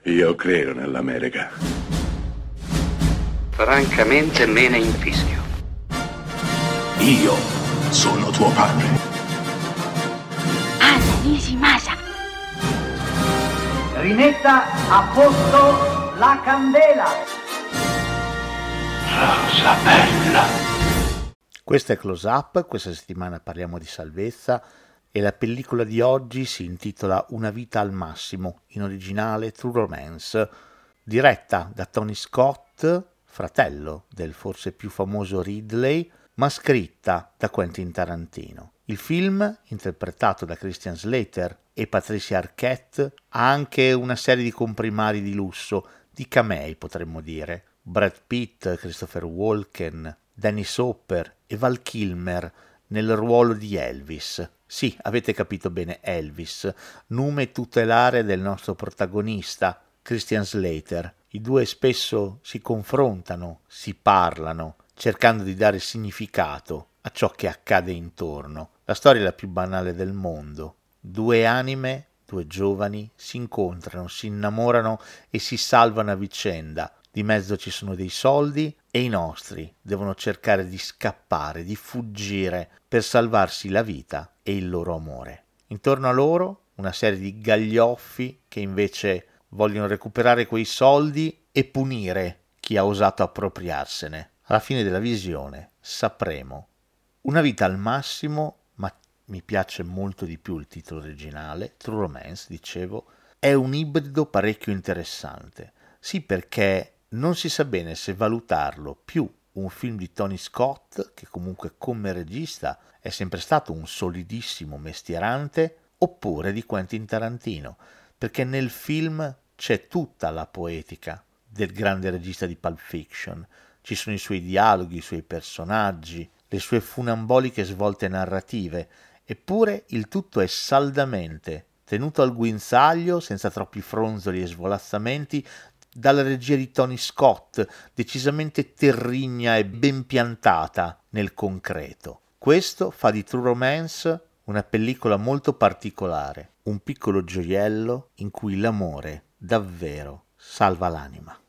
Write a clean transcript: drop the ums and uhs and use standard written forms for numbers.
Io credo nell'America. Francamente me ne infischio. Io sono tuo padre. Anna Nishimasa. Rimetta a posto la candela. Rosa bella. Questo è Close Up, questa settimana parliamo di salvezza e la pellicola di oggi si intitola Una vita al massimo, in originale True Romance, diretta da Tony Scott, fratello del forse più famoso Ridley, ma scritta da Quentin Tarantino. Il film, interpretato da Christian Slater e Patricia Arquette, ha anche una serie di comprimari di lusso, di camei potremmo dire. Brad Pitt, Christopher Walken, Dennis Hopper e Val Kilmer nel ruolo di Elvis. Sì, avete capito bene, Elvis, nome tutelare del nostro protagonista, Christian Slater. I due spesso si confrontano, si parlano, cercando di dare significato a ciò che accade intorno. La storia è la più banale del mondo. Due anime, due giovani, si incontrano, si innamorano e si salvano a vicenda. Di mezzo ci sono dei soldi e i nostri devono cercare di scappare, di fuggire per salvarsi la vita e il loro amore. Intorno a loro una serie di gaglioffi che invece vogliono recuperare quei soldi e punire chi ha osato appropriarsene. Alla fine della visione sapremo. Una vita al massimo, ma mi piace molto di più il titolo originale, True Romance, dicevo, è un ibrido parecchio interessante. Sì, perché non si sa bene se valutarlo più un film di Tony Scott, che comunque come regista è sempre stato un solidissimo mestierante, oppure di Quentin Tarantino, perché nel film c'è tutta la poetica del grande regista di Pulp Fiction. Ci sono i suoi dialoghi, i suoi personaggi, le sue funamboliche svolte narrative, eppure il tutto è saldamente tenuto al guinzaglio, senza troppi fronzoli e svolazzamenti, dalla regia di Tony Scott, decisamente terrigna e ben piantata nel concreto. Questo fa di True Romance una pellicola molto particolare, un piccolo gioiello in cui l'amore davvero salva l'anima.